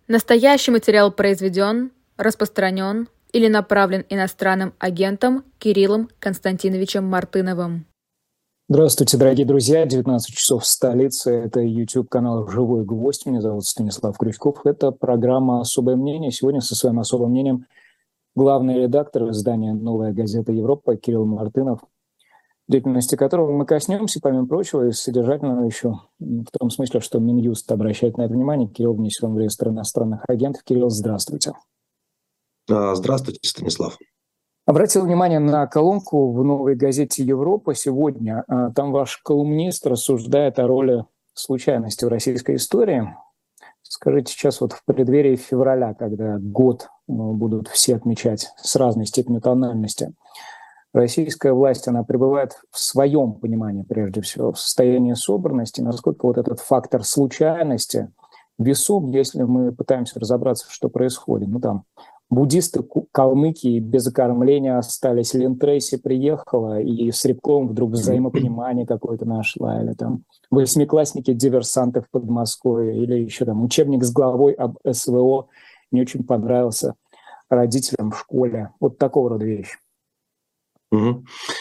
Настоящий материал произведен, распространен или направлен иностранным агентом Кириллом Константиновичем Мартыновым. Здравствуйте, дорогие друзья. 19 часов в столице. Это YouTube-канал «Живой гвоздь». Меня зовут Станислав Крючков. Это программа «Особое мнение». Сегодня со своим особым мнением главный редактор издания «Новая газета Европа» Кирилл Мартынов, деятельности которого мы коснемся, помимо прочего, и содержательного еще, в том смысле, что Минюст обращает на это внимание. Кирилл внесен в реестр иностранных агентов. Кирилл, здравствуйте. Здравствуйте, Станислав. Обратил внимание на колонку в «Новой газете Европа» сегодня. Там ваш колумнист рассуждает о роли случайности в российской истории. Скажите, сейчас вот в преддверии февраля, когда год будут все отмечать с разной степенью тональности, российская власть, она пребывает в своем понимании, прежде всего, в состоянии собранности. Насколько вот этот фактор случайности весом, если мы пытаемся разобраться, что происходит. Ну там буддисты калмыки без окормления остались, Лин Трейси приехала и с Рябковым вдруг взаимопонимание какое-то нашла, или там восьмиклассники диверсанты в Подмосковье, или еще там учебник с главой об СВО не очень понравился родителям в школе. Вот такого рода вещи. Вы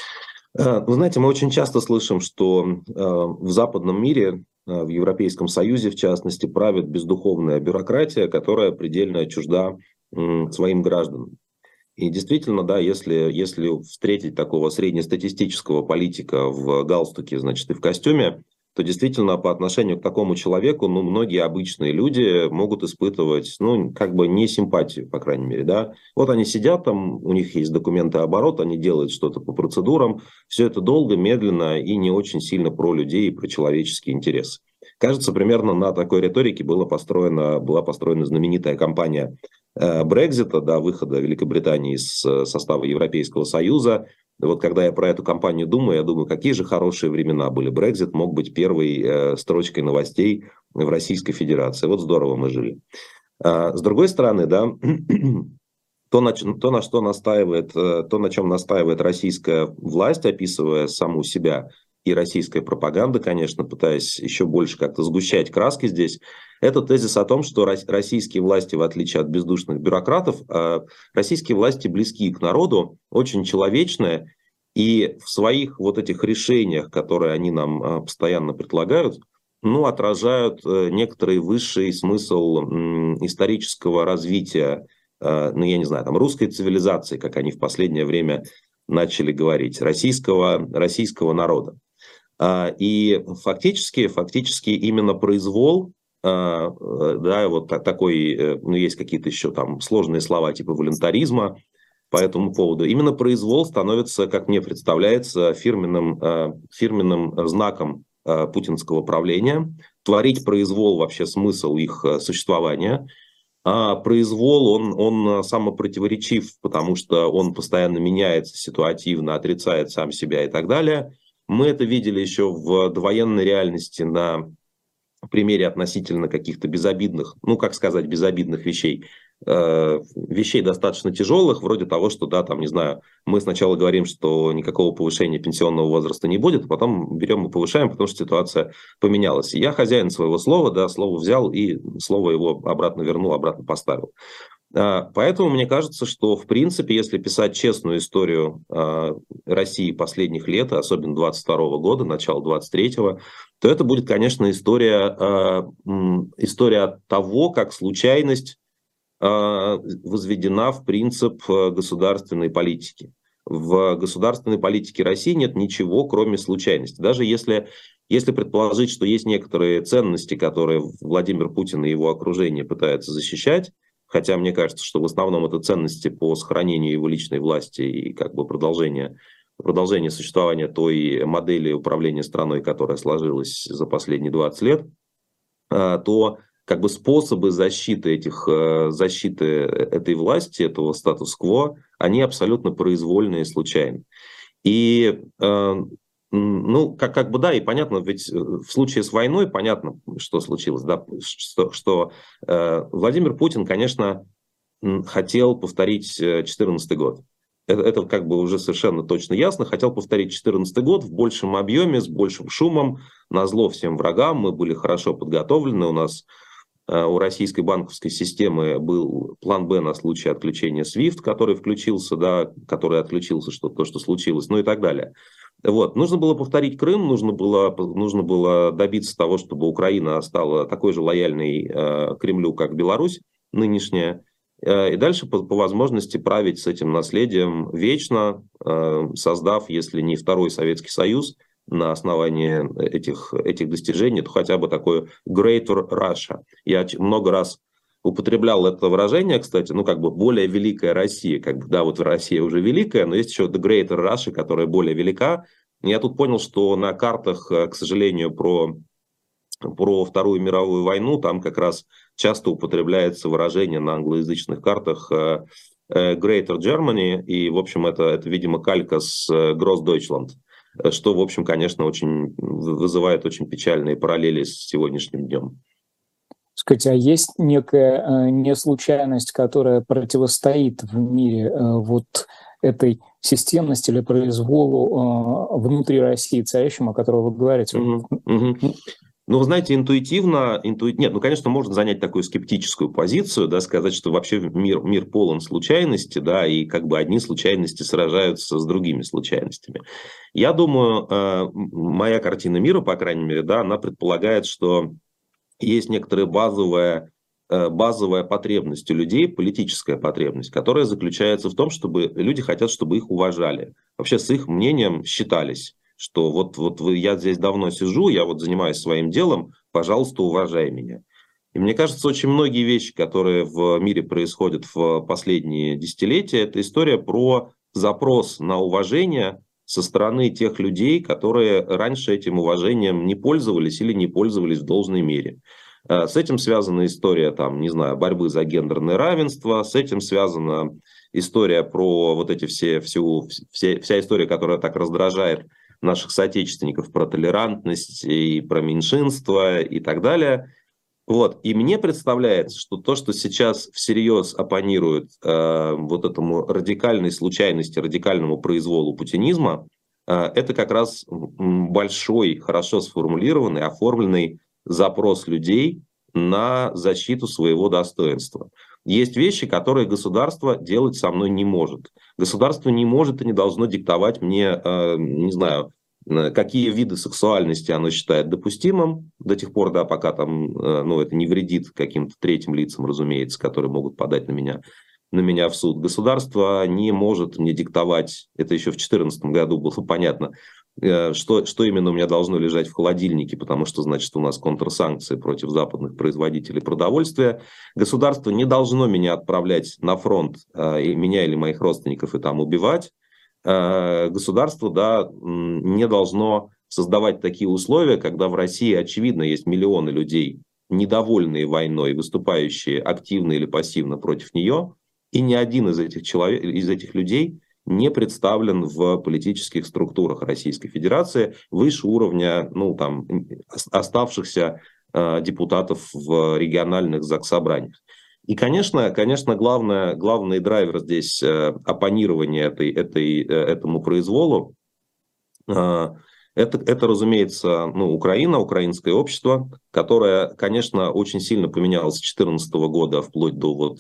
знаете, мы очень часто слышим, что в западном мире, в Европейском Союзе, в частности, правит бездуховная бюрократия, которая предельно чужда своим гражданам. И действительно, да, если встретить такого среднестатистического политика в галстуке, значит, и в костюме, то действительно по отношению к такому человеку, многие обычные люди могут испытывать, не симпатию, по крайней мере, да. Вот они сидят там, у них есть документооборот, они делают что-то по процедурам, все это долго, медленно и не очень сильно про людей и про человеческие интересы. Кажется, примерно на такой риторике была построена знаменитая кампания Брексита, да, выхода Великобритании из состава Европейского Союза. Вот когда я про эту кампанию думаю, я думаю, какие же хорошие времена были. Брексит мог быть первой строчкой новостей в Российской Федерации. Вот здорово мы жили. С другой стороны, да, то, на чем настаивает российская власть, описывая саму себя, и российская пропаганда, конечно, пытаясь еще больше как-то сгущать краски здесь, это тезис о том, что российские власти, в отличие от бездушных бюрократов, российские власти близки к народу, очень человечные, и в своих вот этих решениях, которые они нам постоянно предлагают, отражают некоторый высший смысл исторического развития, русской цивилизации, как они в последнее время начали говорить, российского народа. И фактически именно произвол, да, вот такой, есть какие-то еще там сложные слова типа волюнтаризма по этому поводу, именно произвол становится, как мне представляется, фирменным знаком путинского правления. Творить произвол вообще смысл их существования. А произвол, он самопротиворечив, потому что он постоянно меняется ситуативно, отрицает сам себя и так далее. Мы это видели еще в довоенной реальности на примере относительно каких-то безобидных, безобидных вещей. Вещей достаточно тяжелых, вроде того, что, мы сначала говорим, что никакого повышения пенсионного возраста не будет, а потом берем и повышаем, потому что ситуация поменялась. И я хозяин своего слова, да, слово взял и слово его обратно вернул, обратно поставил. Поэтому мне кажется, что, в принципе, если писать честную историю России последних лет, особенно 22 года, начала 23-го, то это будет, конечно, история того, как случайность возведена в принцип государственной политики. В государственной политике России нет ничего, кроме случайности. Даже если предположить, что есть некоторые ценности, которые Владимир Путин и его окружение пытаются защищать, хотя мне кажется, что в основном это ценности по сохранению его личной власти и продолжение существования той модели управления страной, которая сложилась за последние 20 лет, то способы защиты этой власти, этого статус-кво, они абсолютно произвольные и случайны. И и понятно, ведь в случае с войной понятно, что случилось, да, что Владимир Путин, конечно, хотел повторить 2014 год. Это уже совершенно точно ясно. Хотел повторить 2014 год в большем объеме, с большим шумом, назло всем врагам. Мы были хорошо подготовлены, у нас У российской банковской системы был план «Б» на случай отключения SWIFT, который включился, да, который отключился, то, что случилось, ну и так далее. Вот. Нужно было повторить Крым, нужно было добиться того, чтобы Украина стала такой же лояльной Кремлю, как Беларусь нынешняя, и дальше по возможности править с этим наследием вечно, создав, если не второй Советский Союз, на основании этих достижений, то хотя бы такое Greater Russia. Я много раз употреблял это выражение, кстати, ну, как бы более великая Россия, как бы, да, вот Россия уже великая, но есть еще The Greater Russia, которая более велика. Я тут понял, что на картах, к сожалению, про Вторую мировую войну, там как раз часто употребляется выражение на англоязычных картах Greater Germany, и, в общем, это видимо, калька с Grossdeutschland, что, в общем, конечно, очень вызывает очень печальные параллели с сегодняшним днем. Сказать, а есть некая неслучайность, которая противостоит в мире вот этой системности или произволу внутри России царящему, о котором вы говорите? Ну, вы знаете, интуитивно, нет, ну, конечно, можно занять такую скептическую позицию, да, сказать, что вообще мир полон случайностей, да, и как бы одни случайности сражаются с другими случайностями. Я думаю, моя картина мира, по крайней мере, да, она предполагает, что есть некоторая базовая потребность у людей, политическая потребность, которая заключается в том, чтобы люди хотят, чтобы их уважали, вообще с их мнением считались. Что вот я здесь давно сижу, я вот занимаюсь своим делом, пожалуйста, уважай меня. И мне кажется, очень многие вещи, которые в мире происходят в последние десятилетия, это история про запрос на уважение со стороны тех людей, которые раньше этим уважением не пользовались или не пользовались в должной мере. С этим связана история, там, не знаю, борьбы за гендерное равенство, с этим связана история про вот эти вся история, которая так раздражает наших соотечественников, про толерантность и про меньшинство и так далее. Вот. И мне представляется, что то, что сейчас всерьез оппонирует вот этому радикальной случайности, радикальному произволу путинизма, это как раз большой, хорошо сформулированный, оформленный запрос людей на защиту своего достоинства. Есть вещи, которые государство делать со мной не может. Государство не может и не должно диктовать мне, не знаю, какие виды сексуальности оно считает допустимым до тех пор, да, пока там, ну, это не вредит каким-то третьим лицам, разумеется, которые могут подать на меня в суд. Государство не может мне диктовать, это еще в 2014 году было понятно, что именно у меня должно лежать в холодильнике, потому что, значит, у нас контрсанкции против западных производителей продовольствия. Государство не должно меня отправлять на фронт, меня или моих родственников, и там убивать. Государство, да, не должно создавать такие условия, когда в России, очевидно, есть миллионы людей, недовольные войной, выступающие активно или пассивно против нее, и ни один из этих людей не представлен в политических структурах Российской Федерации выше уровня, ну, там, оставшихся депутатов в региональных заксобраниях. И, конечно, главный драйвер здесь оппонирования этому произволу, это, разумеется, ну, Украина, украинское общество, которое, конечно, очень сильно поменялось с 2014 года вплоть до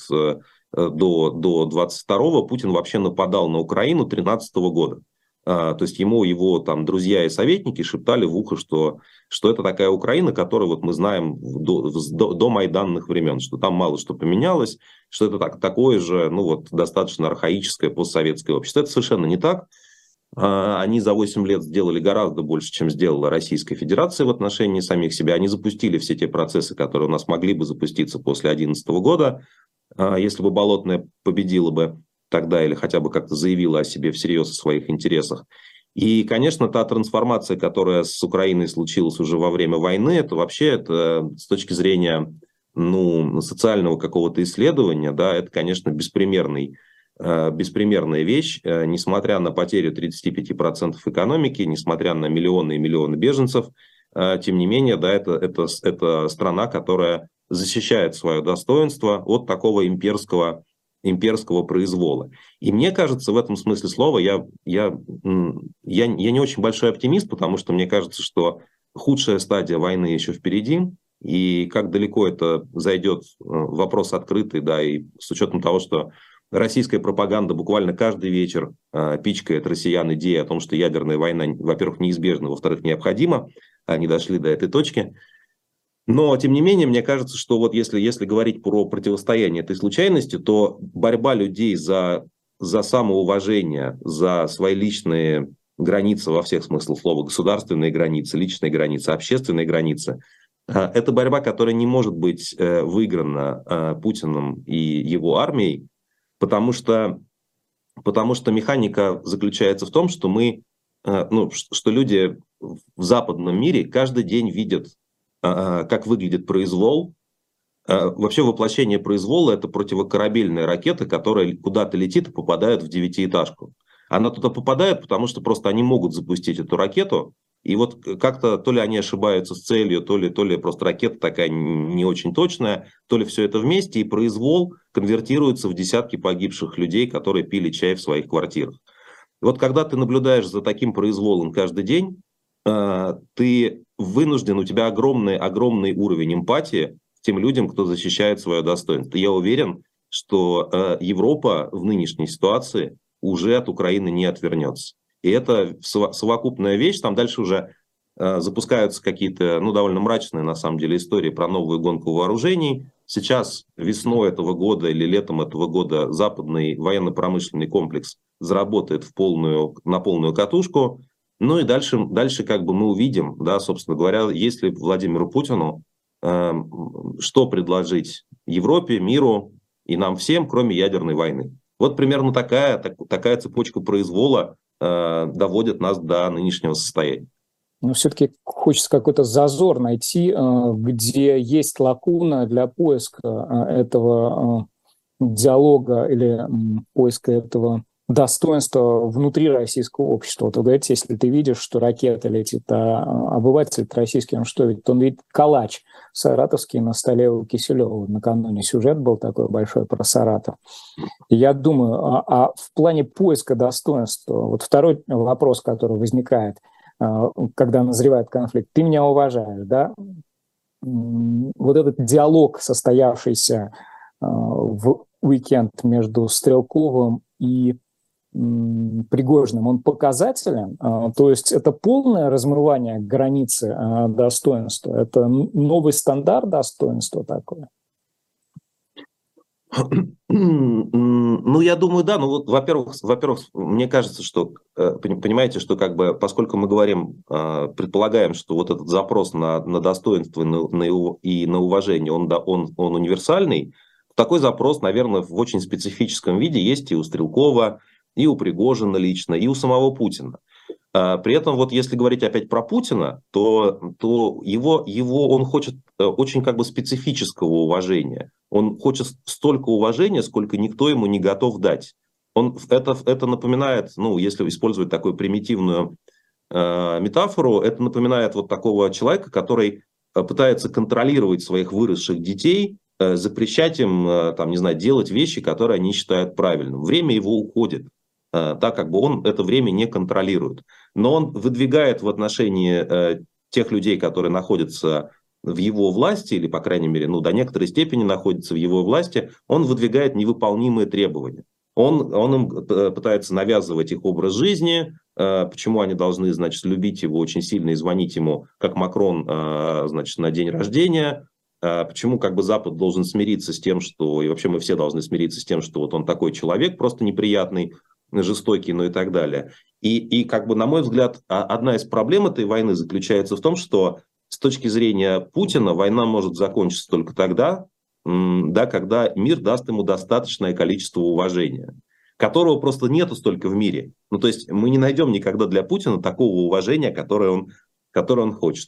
22-го. Путин вообще нападал на Украину 2013 года. То есть его там друзья и советники шептали в ухо, что это такая Украина, которую вот мы знаем до майданных времен, что там мало что поменялось, что это такое же, ну вот, достаточно архаическое постсоветское общество. Это совершенно не так. Они за 8 лет сделали гораздо больше, чем сделала Российская Федерация в отношении самих себя. Они запустили все те процессы, которые у нас могли бы запуститься после 2011 года, если бы Болотная победила бы тогда или хотя бы как-то заявила о себе всерьез о своих интересах. И, конечно, та трансформация, которая с Украиной случилась уже во время войны, это вообще с точки зрения, ну, социального какого-то исследования, да, это, конечно, беспримерная вещь, несмотря на потерю 35% экономики, несмотря на миллионы и миллионы беженцев, тем не менее, да, это страна, которая защищает свое достоинство от такого имперского произвола. И мне кажется, в этом смысле слова я не очень большой оптимист, потому что мне кажется, что худшая стадия войны еще впереди. И как далеко это зайдет, вопрос открытый, да, и с учетом того, что российская пропаганда буквально каждый вечер пичкает россиян идеей о том, что ядерная война, во-первых, неизбежна, во-вторых, необходима, они дошли до этой точки. Но, тем не менее, мне кажется, что вот если говорить про противостояние этой случайности, то борьба людей за самоуважение, за свои личные границы во всех смыслах слова, государственные границы, личные границы, общественные границы, это борьба, которая не может быть выиграна Путиным и его армией, потому что механика заключается в том, что что люди в западном мире каждый день видят, как выглядит произвол. Вообще воплощение произвола – это противокорабельная ракета, которая куда-то летит и попадает в девятиэтажку. Она туда попадает, потому что просто они могут запустить эту ракету, и вот как-то то ли они ошибаются с целью, то ли просто ракета такая не очень точная, то ли все это вместе, и произвол конвертируется в десятки погибших людей, которые пили чай в своих квартирах. И вот когда ты наблюдаешь за таким произволом каждый день, ты вынужден, у тебя огромный уровень эмпатии к тем людям, кто защищает свое достоинство. Я уверен, что Европа в нынешней ситуации уже от Украины не отвернется. И это совокупная вещь, там дальше уже запускаются какие-то, довольно мрачные, на самом деле, истории про новую гонку вооружений. Сейчас весной этого года или летом этого года западный военно-промышленный комплекс заработает на полную катушку. Ну и дальше как бы мы увидим, да, собственно говоря, если Владимиру Путину что предложить Европе, миру и нам всем, кроме ядерной войны. Вот примерно такая цепочка произвола доводит нас до нынешнего состояния. Но все-таки хочется какой-то зазор найти, где есть лакуна для поиска этого диалога или поиска этого достоинства внутри российского общества. Вот вы говорите, если ты видишь, что ракета летит, а обыватель российский, он что видит? Он видит калач саратовский на столе у Киселева. Накануне сюжет был такой большой про Саратов. И я думаю, а в плане поиска достоинства, вот второй вопрос, который возникает, когда назревает конфликт, ты меня уважаешь, да? Вот этот диалог, состоявшийся в уикенд между Стрелковым и Пригожиным, он показателен? То есть это полное размывание границы достоинства? Это новый стандарт достоинства такое? Я думаю, да. Во-первых, мне кажется, что, понимаете, что как бы, поскольку мы предполагаем, что вот этот запрос на достоинство и на уважение, он универсальный, такой запрос, наверное, в очень специфическом виде есть и у Стрелкова, и у Пригожина лично, и у самого Путина. При этом, вот если говорить опять про Путина, то он хочет очень как бы специфического уважения. Он хочет столько уважения, сколько никто ему не готов дать. Это напоминает, если использовать такую примитивную метафору, это напоминает вот такого человека, который пытается контролировать своих выросших детей, запрещать им, делать вещи, которые они считают правильным. Время его уходит, так как бы он это время не контролирует. Но он выдвигает в отношении тех людей, которые находятся в его власти, или, по крайней мере, до некоторой степени находятся в его власти, он выдвигает невыполнимые требования. Он им пытается навязывать их образ жизни, почему они должны, любить его очень сильно и звонить ему, как Макрон, на день рождения, почему как бы Запад должен смириться с тем, что, и вообще мы все должны смириться с тем, что вот он такой человек, просто неприятный, жестокий, и так далее. И как бы, на мой взгляд, одна из проблем этой войны заключается в том, что с точки зрения Путина война может закончиться только тогда, когда мир даст ему достаточное количество уважения, которого просто нету столько в мире. То есть мы не найдем никогда для Путина такого уважения, которое он хочет.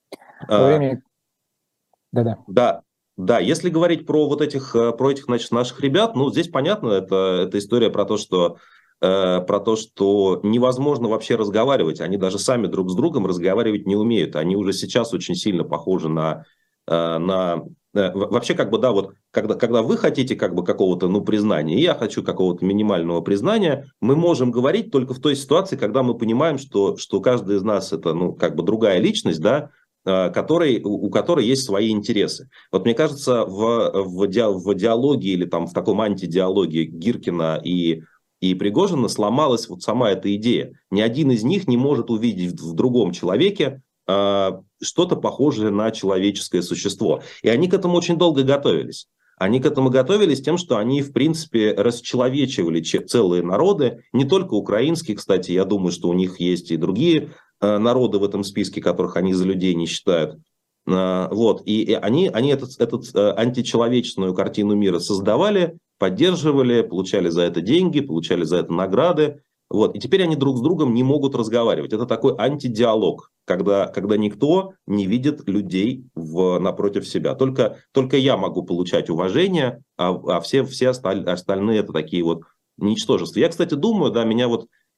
Да, если говорить про этих наших ребят, здесь понятно, это история про то, что невозможно вообще разговаривать. Они даже сами друг с другом разговаривать не умеют. Они уже сейчас очень сильно похожи на вообще, когда вы хотите какого-то признания, и я хочу какого-то минимального признания, мы можем говорить только в той ситуации, когда мы понимаем, что каждый из нас это другая личность, да, у которой есть свои интересы. Вот мне кажется, в диалоге или там в таком антидиалоге Гиркина и Пригожина сломалась вот сама эта идея. Ни один из них не может увидеть в другом человеке что-то похожее на человеческое существо. И они к этому очень долго готовились. Они к этому готовились тем, что они, в принципе, расчеловечивали целые народы, не только украинские, кстати, я думаю, что у них есть и другие народы в этом списке, которых они за людей не считают. Вот. И они эту античеловечную картину мира создавали, поддерживали, получали за это деньги, получали за это награды. Вот. И теперь они друг с другом не могут разговаривать. Это такой антидиалог, когда никто не видит людей напротив себя. Только я могу получать уважение, а все остальные это такие вот ничтожества. Я, кстати, думаю, да, меня,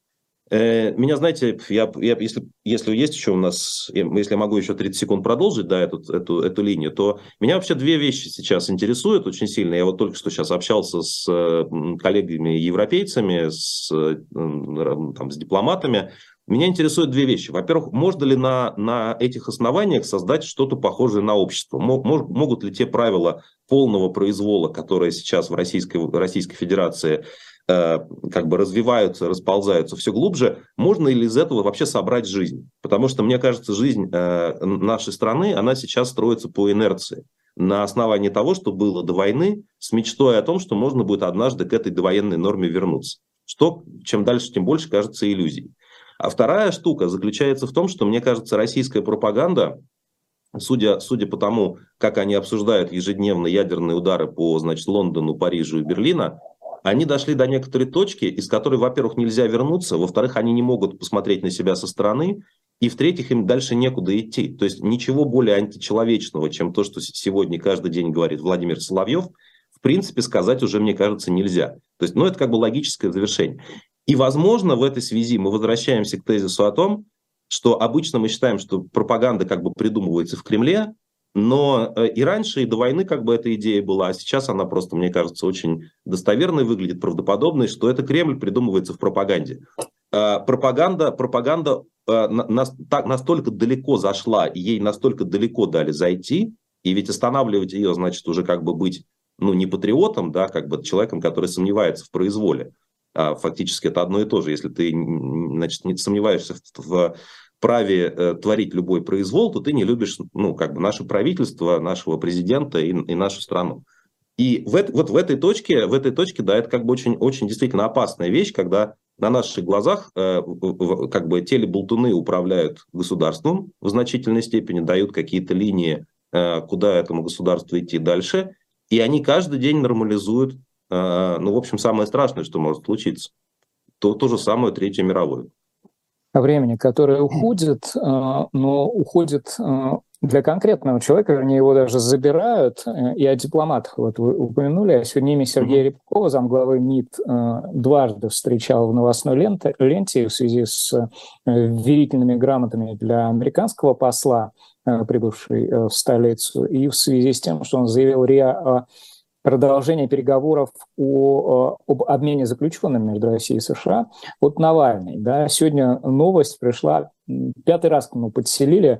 знаете, если есть еще у нас, если я могу еще 30 секунд продолжить, да, эту линию, то меня вообще две вещи сейчас интересуют очень сильно. Я вот только что сейчас общался с коллегами-европейцами, с дипломатами. Меня интересуют две вещи. Во-первых, можно ли на этих основаниях создать что-то похожее на общество? Могут ли те правила полного произвола, которые сейчас в Российской Федерации как бы развиваются, расползаются все глубже, можно ли из этого вообще собрать жизнь? Потому что, мне кажется, жизнь нашей страны, она сейчас строится по инерции. На основании того, что было до войны, с мечтой о том, что можно будет однажды к этой довоенной норме вернуться. Что чем дальше, тем больше кажется иллюзией. А вторая штука заключается в том, что, мне кажется, российская пропаганда, судя по тому, как они обсуждают ежедневно ядерные удары по, значит, Лондону, Парижу и Берлину, они дошли до некоторой точки, из которой, во-первых, нельзя вернуться, во-вторых, они не могут посмотреть на себя со стороны, и, в-третьих, им дальше некуда идти. То есть ничего более античеловечного, чем то, что сегодня каждый день говорит Владимир Соловьев, в принципе, сказать уже, мне кажется, нельзя. То есть, это как бы логическое завершение. И, возможно, в этой связи мы возвращаемся к тезису о том, что обычно мы считаем, что пропаганда как бы придумывается в Кремле, но и раньше, и до войны как бы эта идея была, а сейчас она просто, мне кажется, очень достоверной, выглядит правдоподобной, что это Кремль придумывается в пропаганде. Пропаганда настолько далеко зашла, и ей настолько далеко дали зайти, и ведь останавливать ее, значит, уже как бы быть, не патриотом, да, как бы человеком, который сомневается в произволе. Фактически это одно и то же. Если ты, значит, не сомневаешься в праве творить любой произвол, то ты не любишь, как бы наше правительство, нашего президента и нашу страну. И в этой точке, да, это как бы очень, очень действительно опасная вещь, когда на наших глазах как бы телеболтуны управляют государством в значительной степени, дают какие-то линии, куда этому государству идти дальше, и они каждый день нормализуют, в общем, самое страшное, что может случиться, то же самое Третью мировую. Времени, которое уходит, но уходит для конкретного человека, вернее, его даже забирают, и о дипломатах вот вы упомянули, а сегодня имя Сергея Рябкова, замглавы МИД, дважды встречал в новостной ленте в связи с верительными грамотами для американского посла, прибывший в столицу, и в связи с тем, что он заявил о продолжение переговоров об обмене заключенными между Россией и США. Вот Навальный. Да, сегодня новость пришла, 5-й раз к нему подселили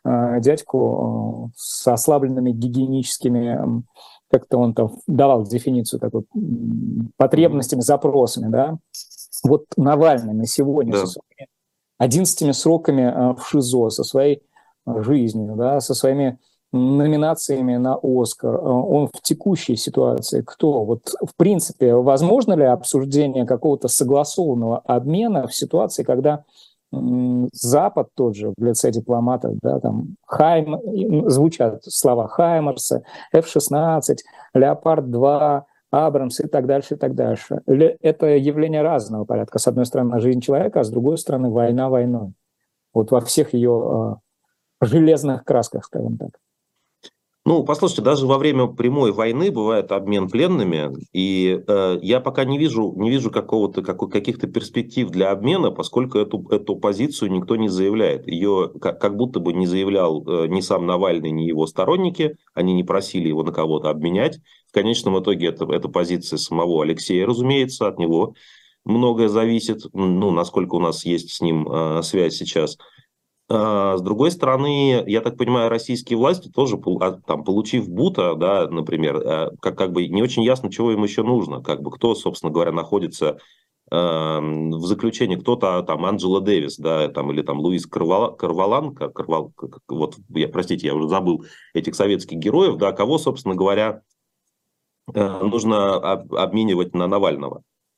дядьку с ослабленными гигиеническими, как-то он там давал дефиницию такой, потребностями, запросами. Да. Вот Навальный на сегодня со своими 11 сроками в ШИЗО, со своей жизнью, да, со своими номинациями на «Оскар», он в текущей ситуации кто? Вот в принципе, возможно ли обсуждение какого-то согласованного обмена в ситуации, когда Запад тот же в лице дипломатов, да, там звучат слова Хаймарса, F-16, Леопард-2, Абрамс и так дальше, и так дальше. Это явление разного порядка. С одной стороны, жизнь человека, а с другой стороны, война войной. Вот во всех ее железных красках, скажем так. Послушайте, даже во время прямой войны бывает обмен пленными, и я пока не вижу каких-то перспектив для обмена, поскольку эту позицию никто не заявляет. Ее как будто бы не заявлял ни сам Навальный, ни его сторонники, они не просили его на кого-то обменять. В конечном итоге это позиция самого Алексея, разумеется, от него многое зависит, насколько у нас есть с ним связь сейчас. С другой стороны, я так понимаю, российские власти тоже, там, получив Бута, да, например, как бы не очень ясно, чего им еще нужно, как бы кто, собственно говоря, находится в заключении, кто-то там Анджела Дэвис, да, там, или там Луис Карвалан, вот, простите, я уже забыл этих советских героев, да, кого, собственно говоря, нужно обменивать на Навального.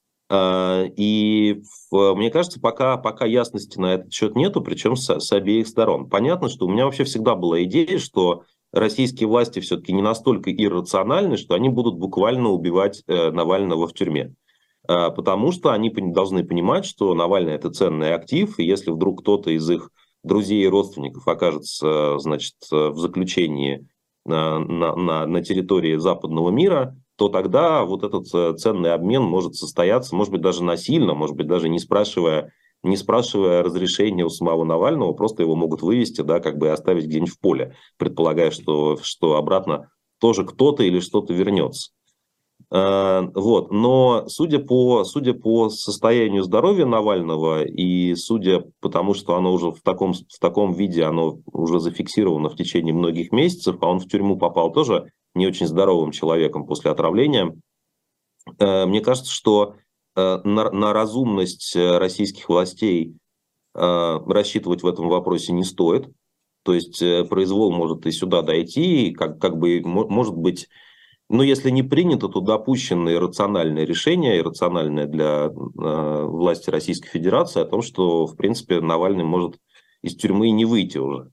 И мне кажется, пока ясности на этот счет нету, причем с обеих сторон. Понятно, что у меня вообще всегда была идея, что российские власти все-таки не настолько иррациональны, что они будут буквально убивать Навального в тюрьме. Потому что они должны понимать, что Навальный – это ценный актив, и если вдруг кто-то из друзей и родственников окажется, значит, в заключении на территории западного мира, то тогда вот этот ценный обмен может состояться, может быть, даже насильно, может быть, даже не спрашивая разрешения у самого Навального, просто его могут вывести, да, как бы оставить где-нибудь в поле, предполагая, что обратно тоже кто-то или что-то вернется. Вот. Но судя по состоянию здоровья Навального и судя по тому, что оно уже в таком виде, оно уже зафиксировано в течение многих месяцев, а он в тюрьму попал тоже не очень здоровым человеком после отравления, мне кажется, что на разумность российских властей рассчитывать в этом вопросе не стоит. То есть произвол может и сюда дойти, и как бы может быть... Но если не принято, то допущено иррациональное решение, иррациональное для власти Российской Федерации, о том, что, в принципе, Навальный может из тюрьмы не выйти уже.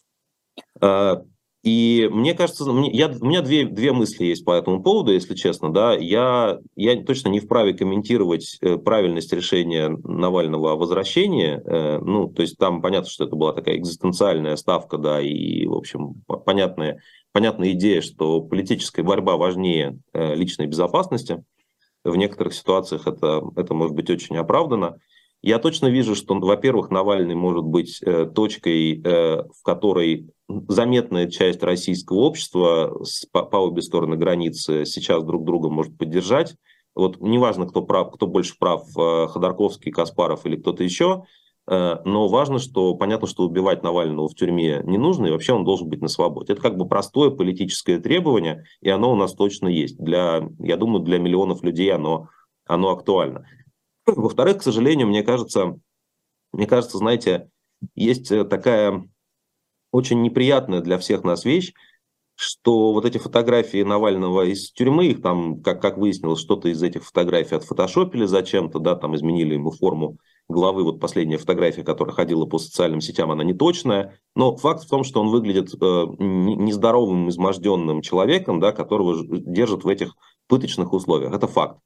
И мне кажется, у меня две мысли есть по этому поводу, если честно. Да, я точно не вправе комментировать правильность решения Навального о возвращении. Ну, то есть там понятно, что это была такая экзистенциальная ставка, да, и, в общем, понятная идея, что политическая борьба важнее личной безопасности. В некоторых ситуациях это может быть очень оправдано. Я точно вижу, что, во-первых, Навальный может быть точкой, в которой заметная часть российского общества по обе стороны границы сейчас друг друга может поддержать. Вот неважно, кто больше прав, Ходорковский, Каспаров или кто-то еще, но важно, что понятно, что убивать Навального в тюрьме не нужно, и вообще он должен быть на свободе. Это как бы простое политическое требование, и оно у нас точно есть. Я думаю, для миллионов людей оно актуально. Во-вторых, к сожалению, мне кажется, знаете, есть такая очень неприятная для всех нас вещь, что вот эти фотографии Навального из тюрьмы, их там, как выяснилось, что-то из этих фотографий отфотошопили зачем-то, да, там изменили ему форму головы. Вот последняя фотография, которая ходила по социальным сетям, она неточная. Но факт в том, что он выглядит нездоровым, изможденным человеком, да, которого держат в этих пыточных условиях. Это факт.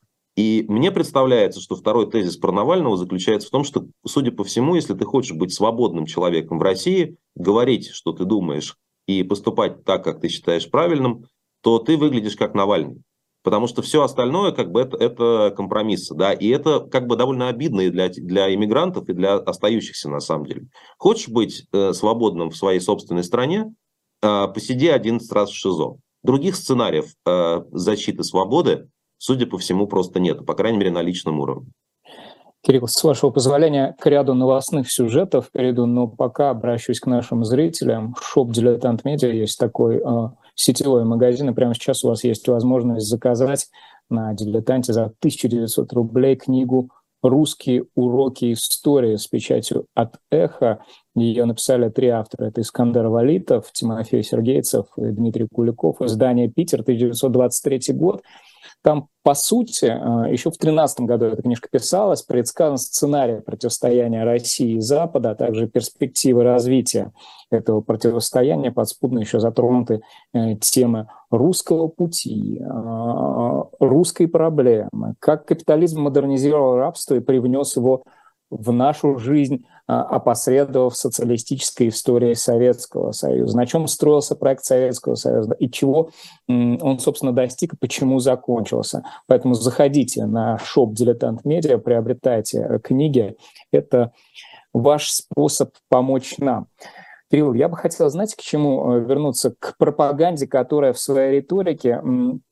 И мне представляется, что второй тезис про Навального заключается в том, что, судя по всему, если ты хочешь быть свободным человеком в России, говорить, что ты думаешь, и поступать так, как ты считаешь правильным, то ты выглядишь как Навальный. Потому что все остальное как бы это компромиссы. Да? И это как бы довольно обидно и для иммигрантов, и для остающихся на самом деле. Хочешь быть свободным в своей собственной стране, посиди 11 раз в ШИЗО. Других сценариев защиты свободы, судя по всему, просто нет, по крайней мере, на личном уровне. Кирилл, с вашего позволения, к ряду новостных сюжетов перейду, но пока обращусь к нашим зрителям. Шоп «Дилетант Медиа» есть такой сетевой магазин, и прямо сейчас у вас есть возможность заказать на «Дилетанте» за 1900 рублей книгу «Русские уроки истории» с печатью от «Эхо». Ее написали 3 автора. Это Искандер Валитов, Тимофей Сергейцев и Дмитрий Куликов. Издание «Питер», 1923 год. Там, по сути, еще в 2013 году эта книжка писалась, предсказан сценарий противостояния России и Запада, а также перспективы развития этого противостояния. Подспудно еще затронуты темы русского пути, русской проблемы, как капитализм модернизировал рабство и привнес его в нашу жизнь, опосредовав социалистической историей Советского Союза. На чем строился проект Советского Союза и чего он, собственно, достиг и почему закончился. Поэтому заходите на шоп «Дилетант Медиа», приобретайте книги. Это ваш способ помочь нам. Кирилл, я бы хотел, знаете, к чему вернуться? К пропаганде, которая в своей риторике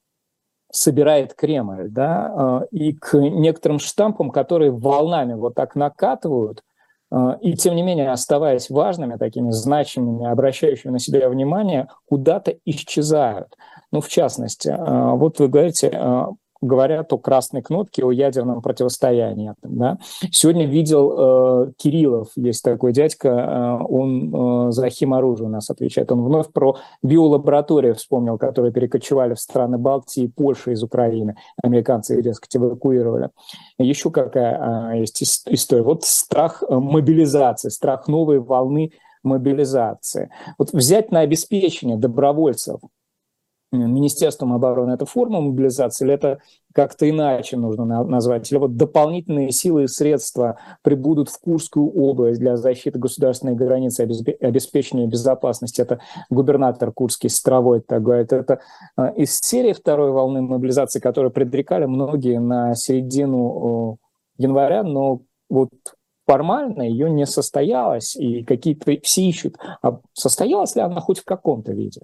собирает Кремль, да, и к некоторым штампам, которые волнами вот так накатывают и тем не менее, оставаясь важными, такими значимыми, обращающими на себя внимание, куда-то исчезают. Ну, в частности, вот вы говорите, говорят о красной кнопке, о ядерном противостоянии. Да? Сегодня видел Кириллов, есть такой дядька, он за химоружие у нас отвечает. Он вновь про биолаборатории вспомнил, которые перекочевали в страны Балтии и Польши из Украины. Американцы их, дескать, эвакуировали. Еще какая есть история. Вот страх мобилизации, страх новой волны мобилизации. Вот взять на обеспечение добровольцев Министерством обороны — это форма мобилизации, или это как-то иначе нужно назвать? Или вот дополнительные силы и средства прибудут в Курскую область для защиты государственной границы, обеспечения безопасности? Это губернатор Курский Стровой так говорит. Это из серии второй волны мобилизации, которую предрекали многие на середину января, но вот формально ее не состоялось, и какие-то все ищут. А состоялась ли она хоть в каком-то виде?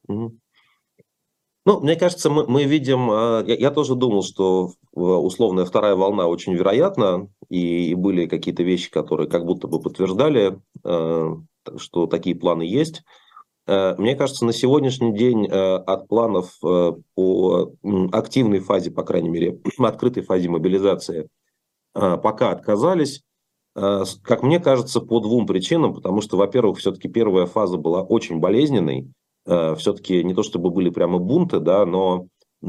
Ну, мне кажется, мы видим, я тоже думал, что условная вторая волна очень вероятна, и были какие-то вещи, которые как будто бы подтверждали, что такие планы есть. Мне кажется, на сегодняшний день от планов по активной фазе, по крайней мере, открытой фазе мобилизации пока отказались. Как мне кажется, по двум причинам, потому что, во-первых, все-таки первая фаза была очень болезненной. Все-таки не то чтобы были прямо бунты, да, но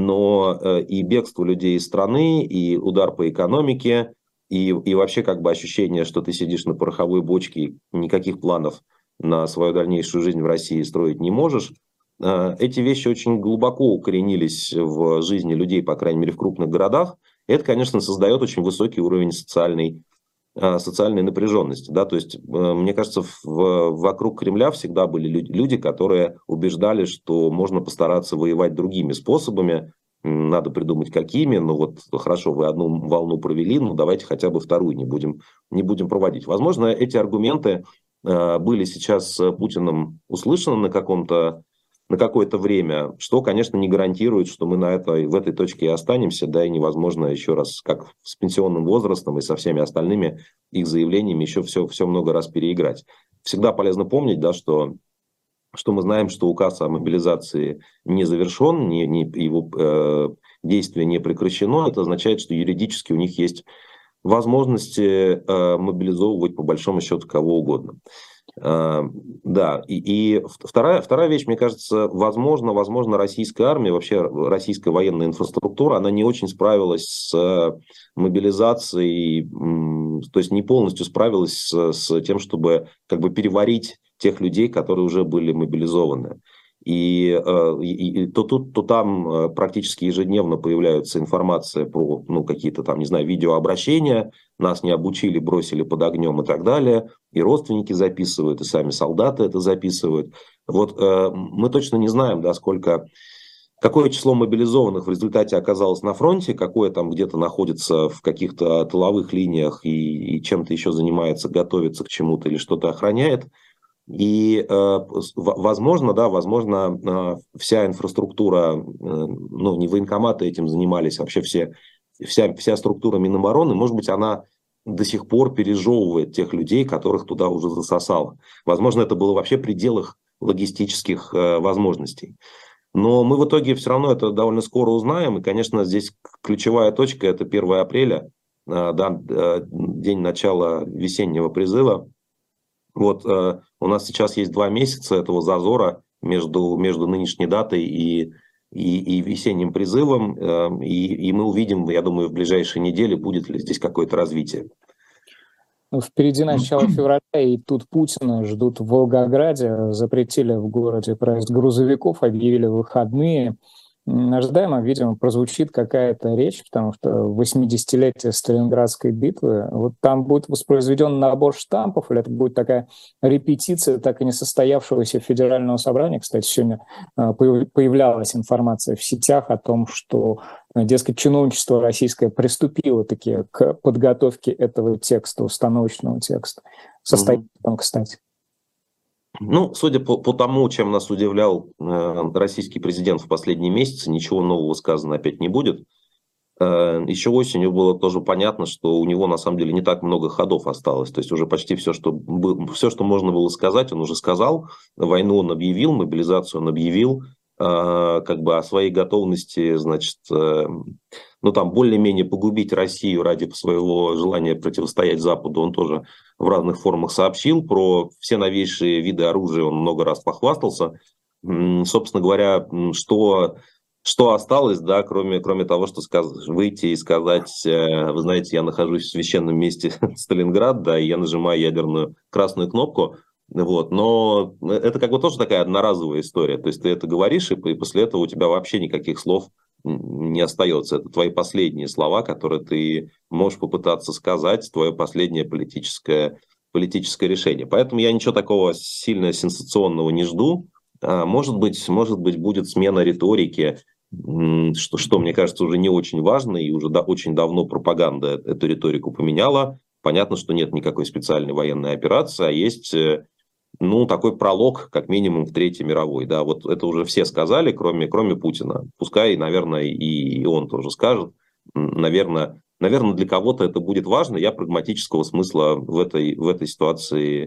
и бегство людей из страны, и удар по экономике, и вообще как бы ощущение, что ты сидишь на пороховой бочке и никаких планов на свою дальнейшую жизнь в России строить не можешь. Эти вещи очень глубоко укоренились в жизни людей, по крайней мере, в крупных городах. Это, конечно, создает очень высокий уровень социальной напряженности. Да? То есть, мне кажется, вокруг Кремля всегда были люди, которые убеждали, что можно постараться воевать другими способами, надо придумать какими, ну вот хорошо, вы одну волну провели, ну давайте хотя бы вторую не будем проводить. Возможно, эти аргументы были сейчас Путиным услышаны на какое-то время, что, конечно, не гарантирует, что мы в этой точке и останемся, да, и невозможно еще раз, как с пенсионным возрастом и со всеми остальными их заявлениями, еще все много раз переиграть. Всегда полезно помнить, да, что мы знаем, что указ о мобилизации не завершен, его действие не прекращено. Это означает, что юридически у них есть возможности мобилизовывать по большому счету кого угодно. Да, и вторая вещь, мне кажется, возможно, российская армия, вообще российская военная инфраструктура, она не очень справилась с мобилизацией, то есть не полностью справилась с тем, чтобы как бы переварить тех людей, которые уже были мобилизованы. И то тут, то там практически ежедневно появляется информация про какие-то там, не знаю, видеообращения, нас не обучили, бросили под огнем и так далее. И родственники записывают, и сами солдаты это записывают. Вот мы точно не знаем, да, какое число мобилизованных в результате оказалось на фронте, какое там где-то находится в каких-то тыловых линиях и чем-то еще занимается, готовится к чему-то или что-то охраняет. И, возможно, вся инфраструктура, не военкоматы этим занимались, вообще вся структура Минобороны, может быть, она до сих пор пережевывает тех людей, которых туда уже засосало. Возможно, это было вообще в пределах логистических возможностей. Но мы в итоге все равно это довольно скоро узнаем. И, конечно, здесь ключевая точка – это 1 апреля, день начала весеннего призыва. Вот у нас сейчас есть 2 месяца этого зазора между нынешней датой и весенним призывом, и мы увидим, я думаю, в ближайшие недели, будет ли здесь какое-то развитие. Впереди начало февраля, и тут Путина ждут в Волгограде, запретили в городе проезд грузовиков, объявили выходные. Ожидаемо, видимо, прозвучит какая-то речь, потому что 80-летие Сталинградской битвы. Вот там будет воспроизведен набор штампов, или это будет такая репетиция так и не состоявшегося федерального собрания. Кстати, сегодня появлялась информация в сетях о том, что, дескать, чиновничество российское приступило таки к подготовке этого текста, установочного текста. Состоит он, кстати. Судя по тому, чем нас удивлял российский президент в последние месяцы, ничего нового сказано опять не будет. еще осенью было тоже понятно, что у него на самом деле не так много ходов осталось. То есть уже почти все, что можно было сказать, он уже сказал. Войну он объявил, мобилизацию он объявил. Как бы о своей готовности, значит, ну там более-менее погубить Россию ради своего желания противостоять Западу, он тоже в разных формах сообщил. Про все новейшие виды оружия он много раз похвастался. Собственно говоря, что осталось, да, кроме того, что выйти и сказать, вы знаете, я нахожусь в священном месте Сталинград, да, и я нажимаю ядерную красную кнопку. Вот. Но это как бы тоже такая одноразовая история. То есть ты это говоришь, и после этого у тебя вообще никаких слов не остается. Это твои последние слова, которые ты можешь попытаться сказать, твое последнее политическое решение. Поэтому я ничего такого сильно сенсационного не жду. Может быть, будет смена риторики, что, мне кажется, уже не очень важно, и уже очень давно пропаганда эту риторику поменяла. Понятно, что нет никакой специальной военной операции, а есть такой пролог, как минимум, к Третьей мировой. Да, вот это уже все сказали, кроме Путина. Пускай, наверное, и он тоже скажет. Наверное, для кого-то это будет важно. Я прагматического смысла в этой ситуации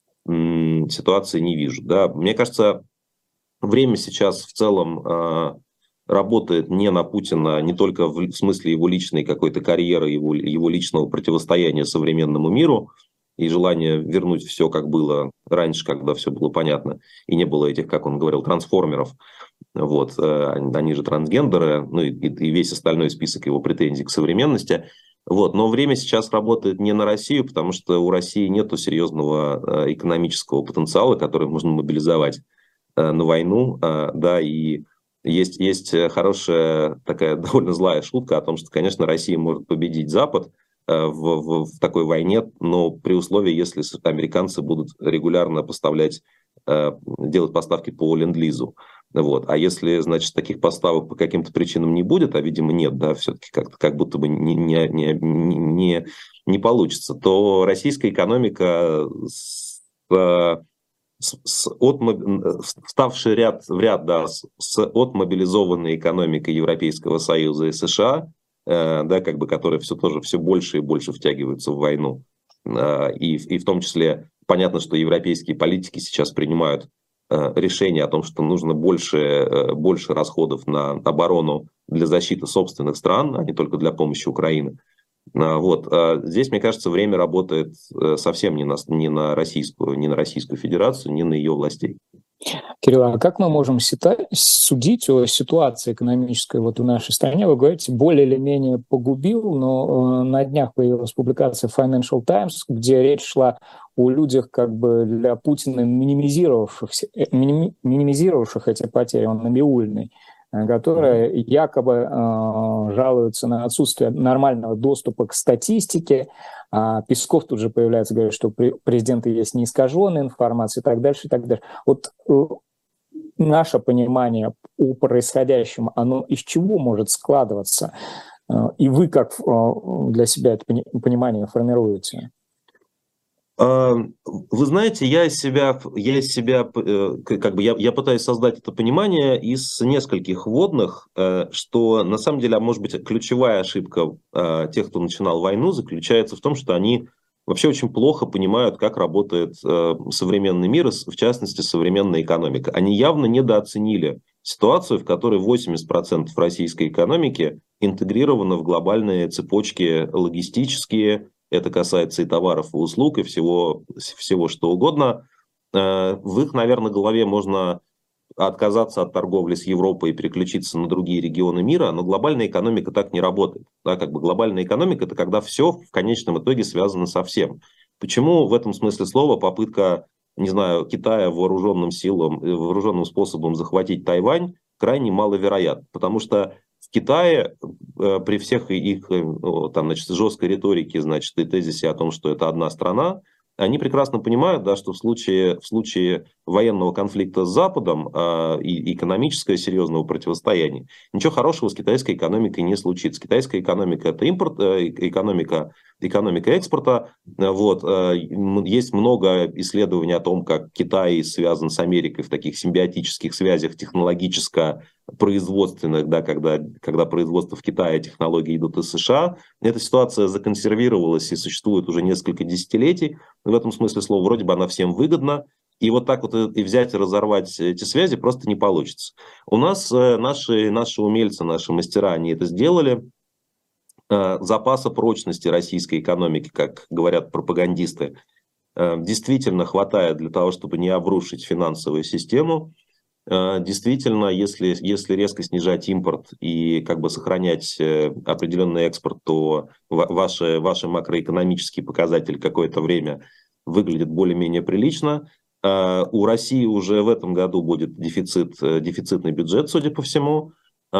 не вижу. Да. Мне кажется, время сейчас в целом работает не на Путина, не только в смысле его личной какой-то карьеры, его личного противостояния современному миру и желание вернуть все, как было раньше, когда все было понятно, и не было этих, как он говорил, трансформеров. Вот, они же трансгендеры, ну и весь остальной список его претензий к современности. Вот, но время сейчас работает не на Россию, потому что у России нет серьезного экономического потенциала, который можно мобилизовать на войну, да, и есть хорошая такая довольно злая шутка о том, что, конечно, Россия может победить Запад в такой войне, но при условии, если американцы будут регулярно делать поставки по ленд-лизу. Вот. А если, значит, таких поставок по каким-то причинам не будет, а, видимо, нет, да, все-таки как будто бы не получится, то российская экономика, вставший в ряд да, с отмобилизованной экономикой Европейского Союза и США, да, как бы, которые все больше и больше втягиваются в войну. И в том числе понятно, что европейские политики сейчас принимают решение о том, что нужно больше расходов на оборону для защиты собственных стран, а не только для помощи Украины. Вот. Здесь, мне кажется, время работает совсем не на Российскую Федерацию, не на ее властей. Кирилл, а как мы можем судить о ситуации экономической вот в нашей стране? Вы говорите, более или менее погубил, но на днях появилась публикация Financial Times, где речь шла о людях, как бы для Путина минимизировавших эти потери, он набиульный, которые якобы жалуются на отсутствие нормального доступа к статистике. Песков тут же появляется, говорит, что у президента есть неискаженная информация и так дальше, и так дальше. Вот наше понимание о происходящем, оно из чего может складываться? И вы как для себя это понимание формируете? Вы знаете, я пытаюсь создать это понимание из нескольких вводных, что на самом деле, может быть, ключевая ошибка тех, кто начинал войну, заключается в том, что они вообще очень плохо понимают, как работает современный мир, в частности, современная экономика. Они явно недооценили ситуацию, в которой 80% российской экономики интегрировано в глобальные цепочки логистические. Это касается и товаров, и услуг, и всего что угодно. В их, наверное, голове можно отказаться от торговли с Европой и переключиться на другие регионы мира, но глобальная экономика так не работает. Да, как бы глобальная экономика – это когда все в конечном итоге связано со всем. Почему в этом смысле слова попытка, не знаю, Китая вооруженным способом захватить Тайвань крайне маловероятна? Потому что в Китае при всех их там, значит, жесткой риторике, значит, и тезисе о том, что это одна страна, они прекрасно понимают, да, что в случае военного конфликта с Западом и экономического серьезного противостояния ничего хорошего с китайской экономикой не случится. Китайская экономика – это экономика экономика экспорта. Вот. Есть много исследований о том, как Китай связан с Америкой в таких симбиотических связях технологическо-производственных, да, когда производство в Китае, технологии идут из США. Эта ситуация законсервировалась и существует уже несколько десятилетий. В этом смысле слова вроде бы она всем выгодна. И вот так вот и взять и разорвать эти связи просто не получится. У нас наши умельцы, наши мастера, они это сделали. Запаса прочности российской экономики, как говорят пропагандисты, действительно хватает для того, чтобы не обрушить финансовую систему. Действительно, если резко снижать импорт и как бы сохранять определенный экспорт, то ваши макроэкономические показатели какое-то время выглядят более-менее прилично. У России уже в этом году будет дефицитный бюджет, судя по всему.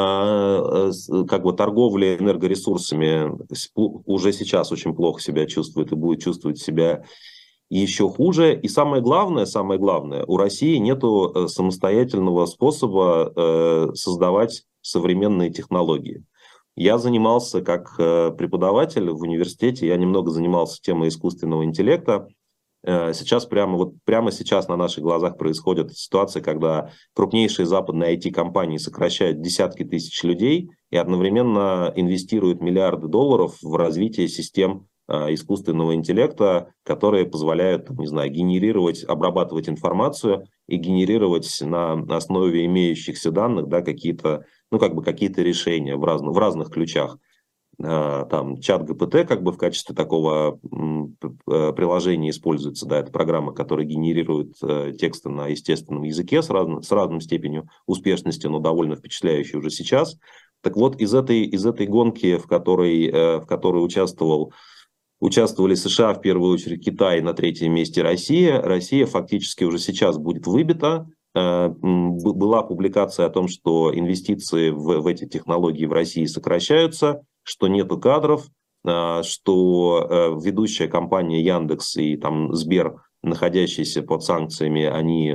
Как бы торговля энергоресурсами уже сейчас очень плохо себя чувствует и будет чувствовать себя еще хуже. И самое главное, у России нет самостоятельного способа создавать современные технологии. Я занимался как преподаватель в университете, я немного занимался темой искусственного интеллекта. Сейчас прямо сейчас на наших глазах происходит ситуация, когда крупнейшие западные IT-компании сокращают десятки тысяч людей и одновременно инвестируют миллиарды долларов в развитие систем искусственного интеллекта, которые позволяют, не знаю, обрабатывать информацию и генерировать на основе имеющихся данных, да, какие-то решения в разных ключах. Там чат ГПТ как бы в качестве такого приложения используется, да, это программа, которая генерирует тексты на естественном языке с разной степенью успешности, но довольно впечатляющей уже сейчас. Так вот, из этой гонки, в которой участвовали США, в первую очередь Китай, на третьем месте Россия фактически уже сейчас будет выбита. Была публикация о том, что инвестиции в эти технологии в России сокращаются, что нету кадров, что ведущая компания Яндекс и там Сбер, находящиеся под санкциями, они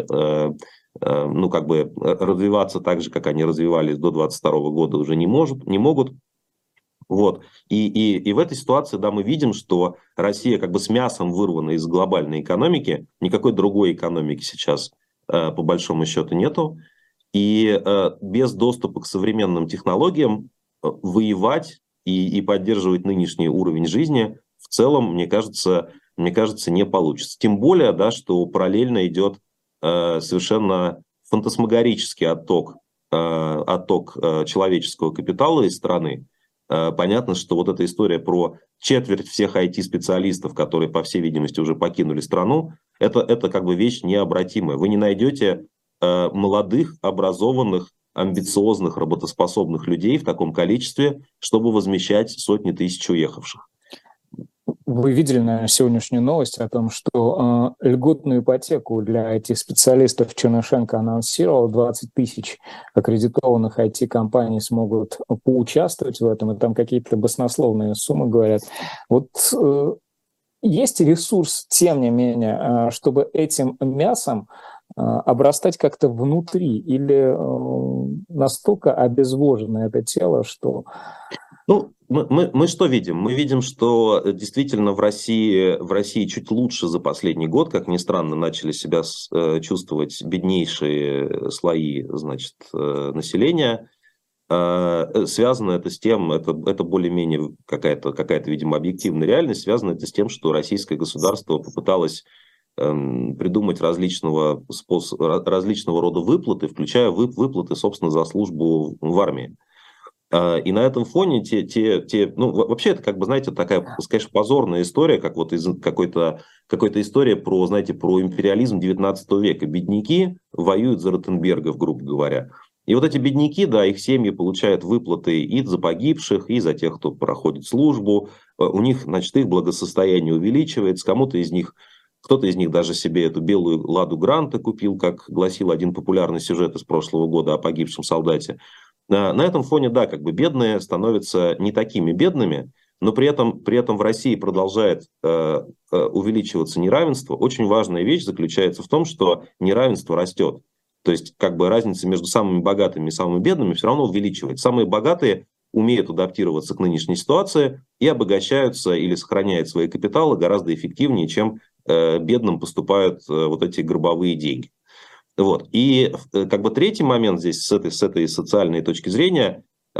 развиваться так же, как они развивались до 2022 года, уже не могут. Вот. И в этой ситуации, да, мы видим, что Россия как бы с мясом вырвана из глобальной экономики, никакой другой экономики сейчас по большому счету нету, и без доступа к современным технологиям воевать и поддерживать нынешний уровень жизни в целом, мне кажется, не получится. Тем более, да, что параллельно идет совершенно фантасмагорический отток человеческого капитала из страны. Понятно, что вот эта история про четверть всех IT-специалистов, которые, по всей видимости, уже покинули страну, это как бы вещь необратимая. Вы не найдете молодых, образованных, амбициозных, работоспособных людей в таком количестве, чтобы возмещать сотни тысяч уехавших. Вы видели, наверное, сегодняшнюю новость о том, что льготную ипотеку для этих специалистов Чернышенко анонсировал. 20 тысяч аккредитованных IT-компаний смогут поучаствовать в этом, и там какие-то баснословные суммы говорят. Вот есть ресурс, тем не менее, чтобы этим мясом обрастать как-то внутри, или настолько обезвожено это тело, что... Ну, мы что видим? Мы видим, что действительно в России чуть лучше за последний год, как ни странно, начали себя чувствовать беднейшие слои, значит, населения. Связано это с тем, это более-менее какая-то, видимо, объективная реальность, связано это с тем, что российское государство попыталось придумать различного рода выплаты, включая выплаты, собственно, за службу в армии. И на этом фоне вообще это, как бы, знаете, такая, конечно, позорная история, как вот из какой-то история про, знаете, про империализм 19 века. Бедняки воюют за Ротенбергов, грубо говоря. И вот эти бедняки, да, их семьи получают выплаты и за погибших, и за тех, кто проходит службу. У них, значит, их благосостояние увеличивается. Кто-то из них даже себе эту белую ладу Гранта купил, как гласил один популярный сюжет из прошлого года о погибшем солдате. На этом фоне, да, как бы бедные становятся не такими бедными, но при этом в России продолжает увеличиваться неравенство. Очень важная вещь заключается в том, что неравенство растет. То есть как бы разница между самыми богатыми и самыми бедными все равно увеличивается. Самые богатые умеют адаптироваться к нынешней ситуации и обогащаются или сохраняют свои капиталы гораздо эффективнее, чем бедным поступают вот эти гробовые деньги. Вот. И как бы третий момент здесь с этой социальной точки зрения,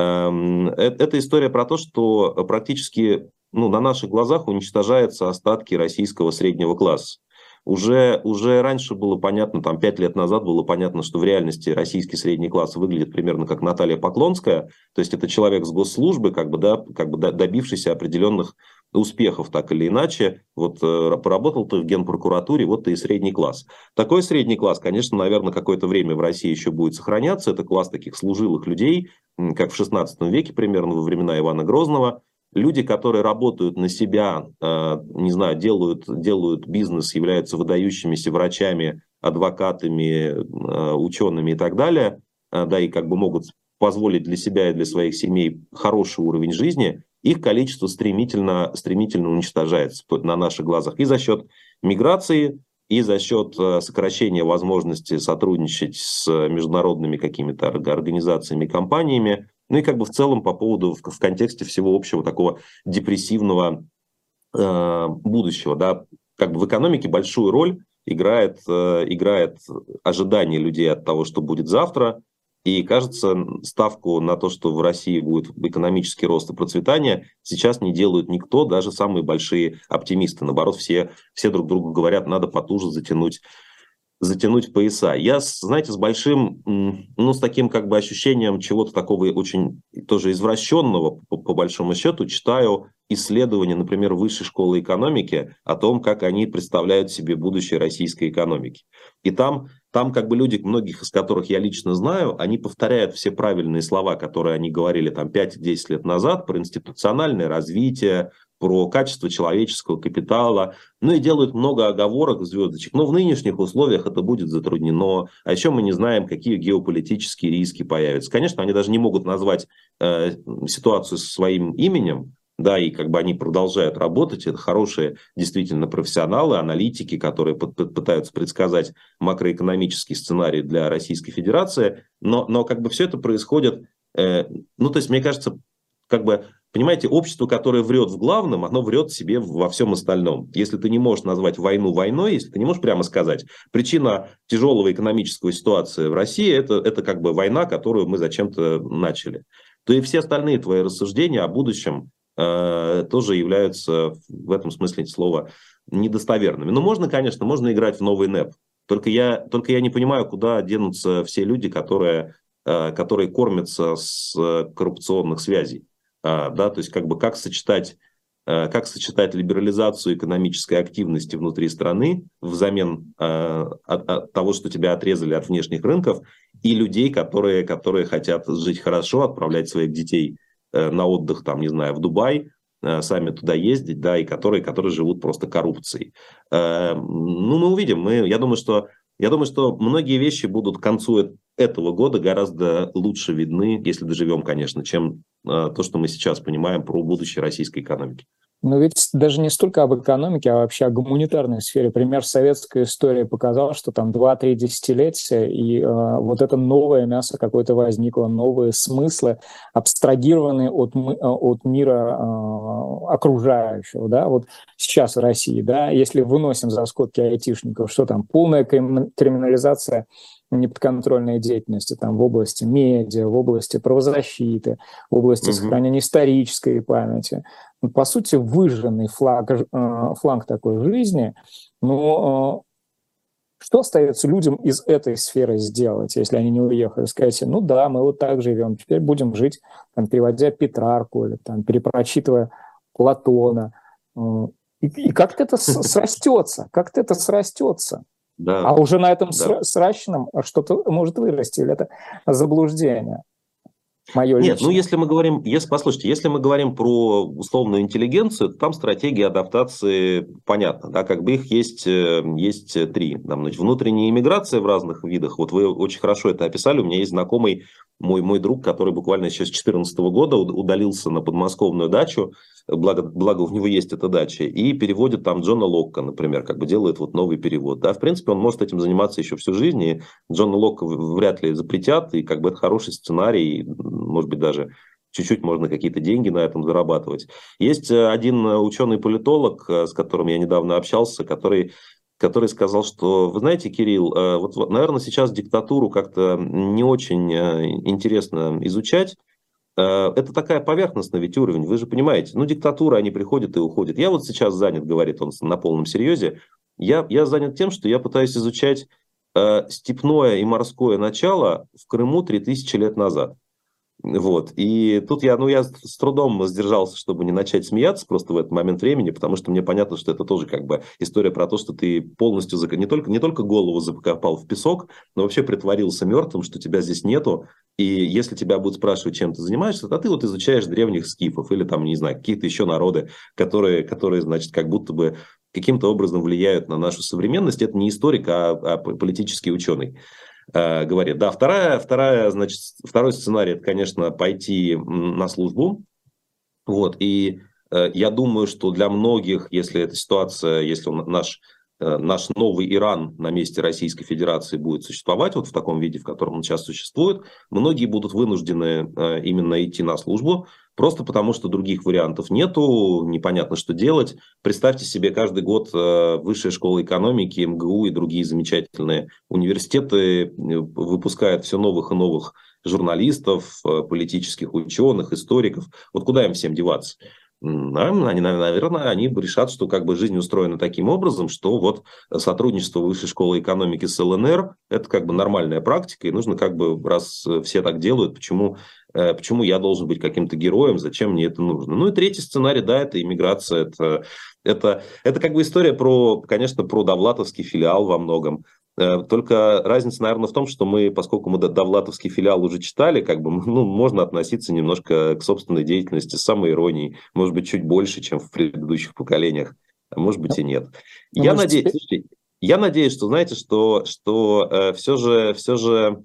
это история про то, что практически на наших глазах уничтожаются остатки российского среднего класса. Уже раньше было понятно, 5 лет назад было понятно, что в реальности российский средний класс выглядит примерно как Наталья Поклонская, то есть это человек с госслужбы, добившийся определенных успехов так или иначе. Вот поработал ты в Генпрокуратуре, вот ты и средний класс. Такой средний класс, конечно, наверное, какое-то время в России еще будет сохраняться. Это класс таких служилых людей, как в 16 веке примерно, во времена Ивана Грозного. Люди, которые работают на себя, не знаю, делают бизнес, являются выдающимися врачами, адвокатами, учеными и так далее, да, и как бы могут позволить для себя и для своих семей хороший уровень жизни, их количество стремительно уничтожается на наших глазах и за счет миграции, и за счет сокращения возможности сотрудничать с международными какими-то организациями, компаниями, ну и как бы в целом по поводу, в контексте всего общего такого депрессивного будущего. Да, как бы в экономике большую роль играет ожидание людей от того, что будет завтра. И, кажется, ставку на то, что в России будет экономический рост и процветание, сейчас не делают никто, даже самые большие оптимисты. Наоборот, все друг другу говорят, надо потуже затянуть пояса. Я, знаете, с большим, с таким как бы ощущением чего-то такого очень тоже извращенного, по большому счету, читаю исследования, например, Высшей школы экономики о том, как они представляют себе будущее российской экономики. И там как бы люди, многих из которых я лично знаю, они повторяют все правильные слова, которые они говорили 5-10 лет назад про институциональное развитие, про качество человеческого капитала, и делают много оговорок, звездочек. Но в нынешних условиях это будет затруднено. А еще мы не знаем, какие геополитические риски появятся. Конечно, они даже не могут назвать ситуацию своим именем, да, и как бы они продолжают работать. Это хорошие действительно профессионалы, аналитики, которые пытаются предсказать макроэкономический сценарий для Российской Федерации. Но как бы все это происходит, то есть, мне кажется, как бы, понимаете, общество, которое врет в главном, оно врет себе во всем остальном. Если ты не можешь назвать войну войной, если ты не можешь прямо сказать, причина тяжелого экономической ситуации в России это как бы война, которую мы зачем-то начали, то и все остальные твои рассуждения о будущем тоже являются в этом смысле слова недостоверными. Но можно, конечно, играть в новый НЭП. Только я не понимаю, куда денутся все люди, которые кормятся с коррупционных связей. Да, то есть как сочетать либерализацию экономической активности внутри страны взамен от того, что тебя отрезали от внешних рынков, и людей, которые хотят жить хорошо, отправлять своих детей на отдых, в Дубай, сами туда ездить, да, и которые живут просто коррупцией. Мы увидим. Я думаю, что многие вещи будут к концу этого года гораздо лучше видны, если доживем, конечно, чем то, что мы сейчас понимаем про будущее российской экономики. Но ведь даже не столько об экономике, а вообще о гуманитарной сфере. Пример советской истории показал, что 2-3 десятилетия, и вот это новое мясо какое-то возникло, новые смыслы, абстрагированные от мира окружающего. Да? Вот сейчас в России, да, если выносим за скобки айтишников, что там, полная криминализация неподконтрольной деятельности в области медиа, в области правозащиты, в области сохранения исторической памяти. По сути, выжженный фланг такой жизни. Но что остается людям из этой сферы сделать, если они не уехали? Сказать, мы вот так живем, теперь будем жить, переводя Петрарку или перепрочитывая Платона. И как-то это срастется, Да. А уже на этом сращенном что-то может вырасти, или это заблуждение? Нет, если мы говорим про условную интеллигенцию, то там стратегия адаптации понятна, да, как бы их есть 3. Внутренняя иммиграция в разных видах, вот вы очень хорошо это описали, у меня есть знакомый, мой друг, который буквально еще с 2014 года удалился на подмосковную дачу, благо у него есть эта дача, и переводит Джона Локка, например, делает новый перевод. Да, в принципе, он может этим заниматься еще всю жизнь, и Джона Локка вряд ли запретят, и это хороший сценарий, может быть, даже чуть-чуть можно какие-то деньги на этом зарабатывать. Есть один ученый-политолог, с которым я недавно общался, который сказал, что, вы знаете, Кирилл, вот, наверное, сейчас диктатуру как-то не очень интересно изучать. Это такая поверхностный ведь уровень, вы же понимаете. Ну, диктатура, они приходят и уходят. Я вот сейчас занят, говорит он на полном серьезе, я занят тем, что я пытаюсь изучать степное и морское начало в Крыму 3000 лет назад. Вот. И тут я с трудом сдержался, чтобы не начать смеяться просто в этот момент времени, потому что мне понятно, что это тоже как бы история про то, что ты полностью не только голову закопал в песок, но вообще притворился мертвым, что тебя здесь нету. И если тебя будут спрашивать, чем ты занимаешься, то ты вот изучаешь древних скифов или там, не знаю, какие-то еще народы, которые, значит, как будто бы каким-то образом влияют на нашу современность. Это не историк, а политический ученый. Говорит. Да, значит, второй сценарий, это, конечно, пойти на службу. Вот, и я думаю, что для многих, если эта ситуация, если наш новый Иран на месте Российской Федерации будет существовать вот в таком виде, в котором он сейчас существует, многие будут вынуждены именно идти на службу, просто потому что других вариантов нету, непонятно, что делать. Представьте себе, каждый год Высшая школа экономики, МГУ и другие замечательные университеты выпускают все новых и новых журналистов, политических ученых, историков. Вот куда им всем деваться? Наверное, они решат, что как бы жизнь устроена таким образом, что вот сотрудничество Высшей школы экономики с ЛНР – это как бы нормальная практика, и нужно как бы, раз все так делают, почему я должен быть каким-то героем, зачем мне это нужно? Ну и третий сценарий, да, это иммиграция, это как бы история конечно, про довлатовский филиал во многом. Только разница, наверное, в том, что поскольку мы довлатовский филиал уже читали, как бы, можно относиться немножко к собственной деятельности с самоиронией, может быть, чуть больше, чем в предыдущих поколениях, а может быть и нет. Я надеюсь, что, знаете, что все же,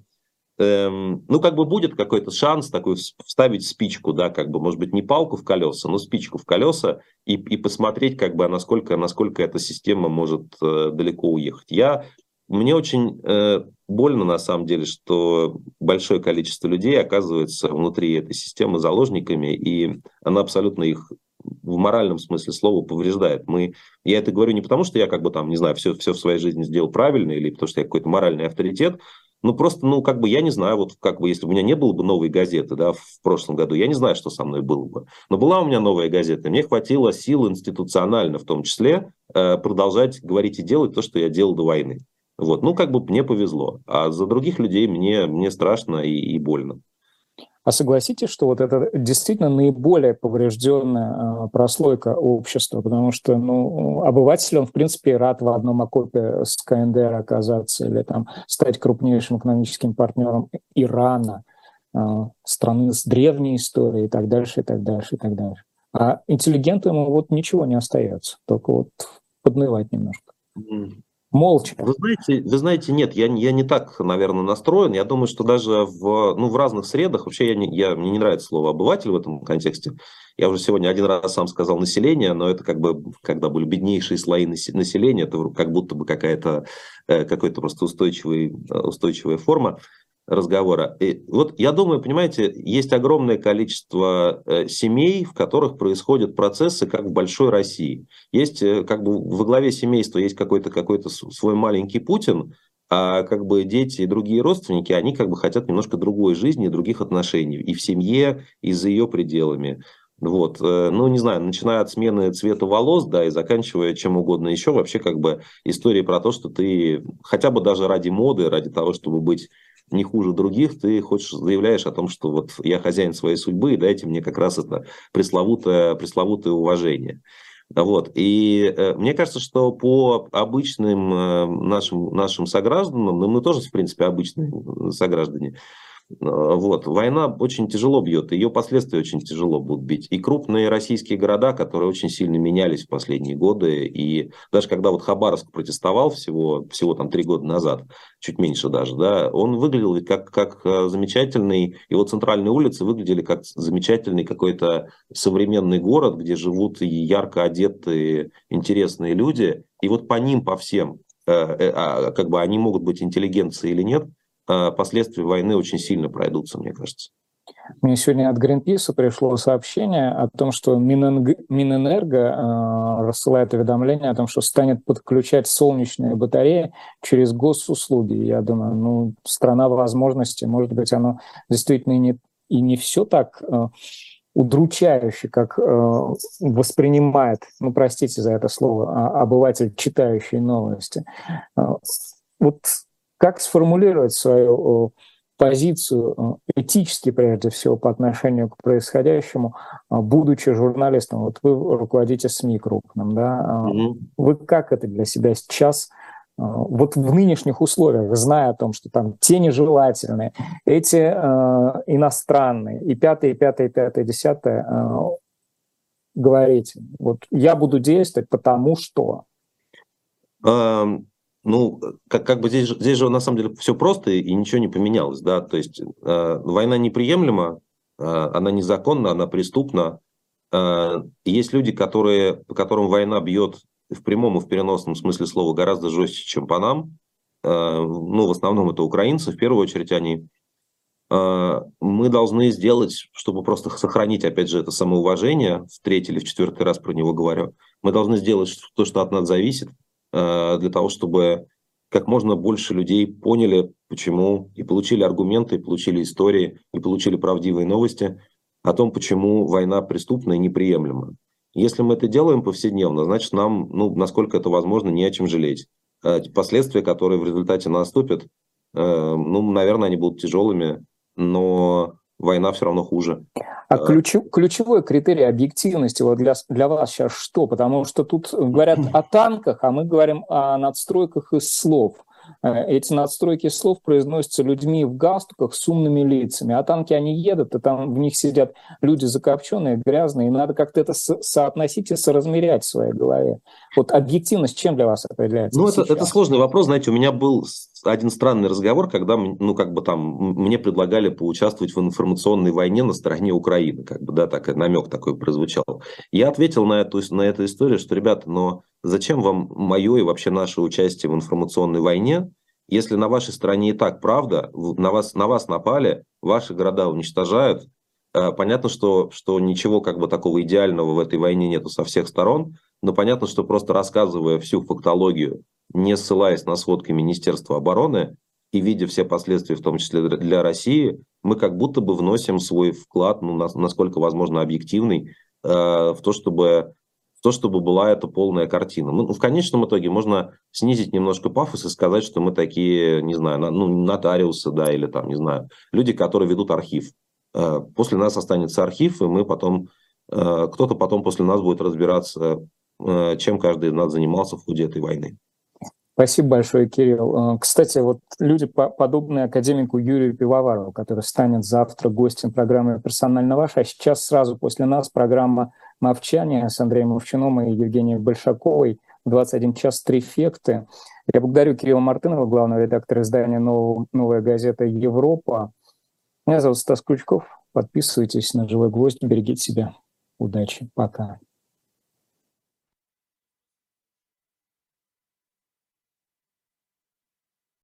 как бы будет какой-то шанс такой вставить спичку, да, как бы, может быть, не палку в колеса, но спичку в колеса и посмотреть, как бы, насколько эта система может далеко уехать. Мне очень больно, на самом деле, что большое количество людей оказывается внутри этой системы заложниками, и она абсолютно их в моральном смысле слова повреждает. Я это говорю не потому, что я как бы там, не знаю, все в своей жизни сделал правильно, или потому что я какой-то моральный авторитет, просто, как бы, я не знаю, вот как бы, если бы у меня не было бы новой газеты, да, в прошлом году, я не знаю, что со мной было бы. Но была у меня новая газета, мне хватило сил институционально, в том числе, продолжать говорить и делать то, что я делал до войны. Вот, как бы мне повезло, а за других людей мне страшно и больно. А согласитесь, что вот это действительно наиболее поврежденная прослойка общества, потому что, обыватель, он, в принципе, рад в одном окопе с КНДР оказаться или там стать крупнейшим экономическим партнером Ирана, страны с древней историей и так дальше, и так дальше, и так дальше. А интеллигенту ему вот ничего не остается, только вот поднывать немножко. Молча. Вы знаете, нет, я не так, наверное, настроен. Я думаю, что даже в разных средах, вообще мне не нравится слово «обыватель» в этом контексте. Я уже сегодня один раз сам сказал «население», но это как бы, когда были беднейшие слои населения, это как будто бы какая-то просто устойчивая форма разговора. И вот я думаю, понимаете, есть огромное количество семей, в которых происходят процессы, как в большой России. Есть как бы во главе семейства есть какой-то свой маленький Путин, а как бы дети и другие родственники, они как бы хотят немножко другой жизни, других отношений и в семье, и за ее пределами. Вот, не знаю, начиная от смены цвета волос, да, и заканчивая чем угодно еще, вообще как бы история про то, что ты хотя бы даже ради моды, ради того, чтобы быть не хуже других, ты заявляешь о том, что вот я хозяин своей судьбы, и дайте мне как раз это пресловутое уважение. Вот. И мне кажется, что по обычным нашим согражданам, мы тоже, в принципе, обычные сограждане, вот, война очень тяжело бьет, ее последствия очень тяжело будут бить. И крупные российские города, которые очень сильно менялись в последние годы, и даже когда вот Хабаровск протестовал всего там 3 года назад, чуть меньше даже, да, он выглядел ведь как замечательный, его центральные улицы выглядели как замечательный какой-то современный город, где живут ярко одетые, интересные люди, и вот по ним, по всем, как бы они могут быть интеллигенцией или нет, последствия войны очень сильно пройдутся, мне кажется. Мне сегодня от Гринписа пришло сообщение о том, что Минэнерго рассылает уведомление о том, что станет подключать солнечные батареи через госуслуги. Я думаю, ну, страна возможностей, может быть, оно действительно и не все так удручающе, как воспринимает, ну, простите за это слово, обыватель, читающий новости. Вот как сформулировать свою позицию этически, прежде всего, по отношению к происходящему, будучи журналистом? Вот вы руководите СМИ крупным, да? Вы как это для себя сейчас, вот в нынешних условиях, зная о том, что там те нежелательные, эти иностранные, и пятое, десятое, говорите, вот я буду действовать, потому что... Ну, как бы здесь же на самом деле все просто и ничего не поменялось, да, то есть война неприемлема, она незаконна, она преступна. Есть люди, по которым война бьет в прямом и в переносном смысле слова гораздо жестче, чем по нам. Ну, в основном это украинцы, в первую очередь они. Мы должны сделать, чтобы просто сохранить, опять же, это самоуважение, в третий или в четвертый раз про него говорю, мы должны сделать то, что от нас зависит, для того, чтобы как можно больше людей поняли, почему, и получили аргументы, и получили истории, и получили правдивые новости о том, почему война преступна и неприемлема. Если мы это делаем повседневно, значит, нам, ну, насколько это возможно, не о чем жалеть. Последствия, которые в результате наступят, ну, наверное, они будут тяжелыми, но война все равно хуже. А ключевой критерий объективности вот для вас сейчас что? Потому что тут говорят о танках, а мы говорим о надстройках из слов. Эти надстройки из слов произносятся людьми в галстуках с умными лицами, а танки, они едут, и там в них сидят люди закопченные, грязные, и надо как-то это соотносить и соразмерять в своей голове. Вот объективность чем для вас определяется? Ну, это сложный вопрос. Знаете, у меня был один странный разговор, когда, ну, как бы там, мне предлагали поучаствовать в информационной войне на стороне Украины, как бы, да, так, намек такой прозвучал. Я ответил на эту историю, что, ребята, но зачем вам мое и вообще наше участие в информационной войне, если на вашей стороне и так правда, на вас напали, ваши города уничтожают. Понятно, что ничего как бы такого идеального в этой войне нету со всех сторон, но понятно, что просто рассказывая всю фактологию, не ссылаясь на сводки Министерства обороны и видя все последствия, в том числе для России, мы как будто бы вносим свой вклад, ну, насколько возможно объективный, в то, чтобы была эта полная картина. Ну, в конечном итоге можно снизить немножко пафос и сказать, что мы такие, не знаю, нотариусы, да, или там, не знаю, люди, которые ведут архив. После нас останется архив, и мы потом, кто-то потом после нас будет разбираться, чем каждый из нас занимался в ходе этой войны. Спасибо большое, Кирилл. Кстати, вот люди, подобные академику Юрию Пивоварову, который станет завтра гостем программы «Персонально ваш», а сейчас сразу после нас программа «Мовчание» с Андреем Мовчаном и Евгенией Большаковой в 21 час «Трифекты». Я благодарю Кирилла Мартынова, главного редактора издания «Новая газета Европа». Меня зовут Стас Крючков. Подписывайтесь на «Живой гвоздь», берегите себя. Удачи. Пока.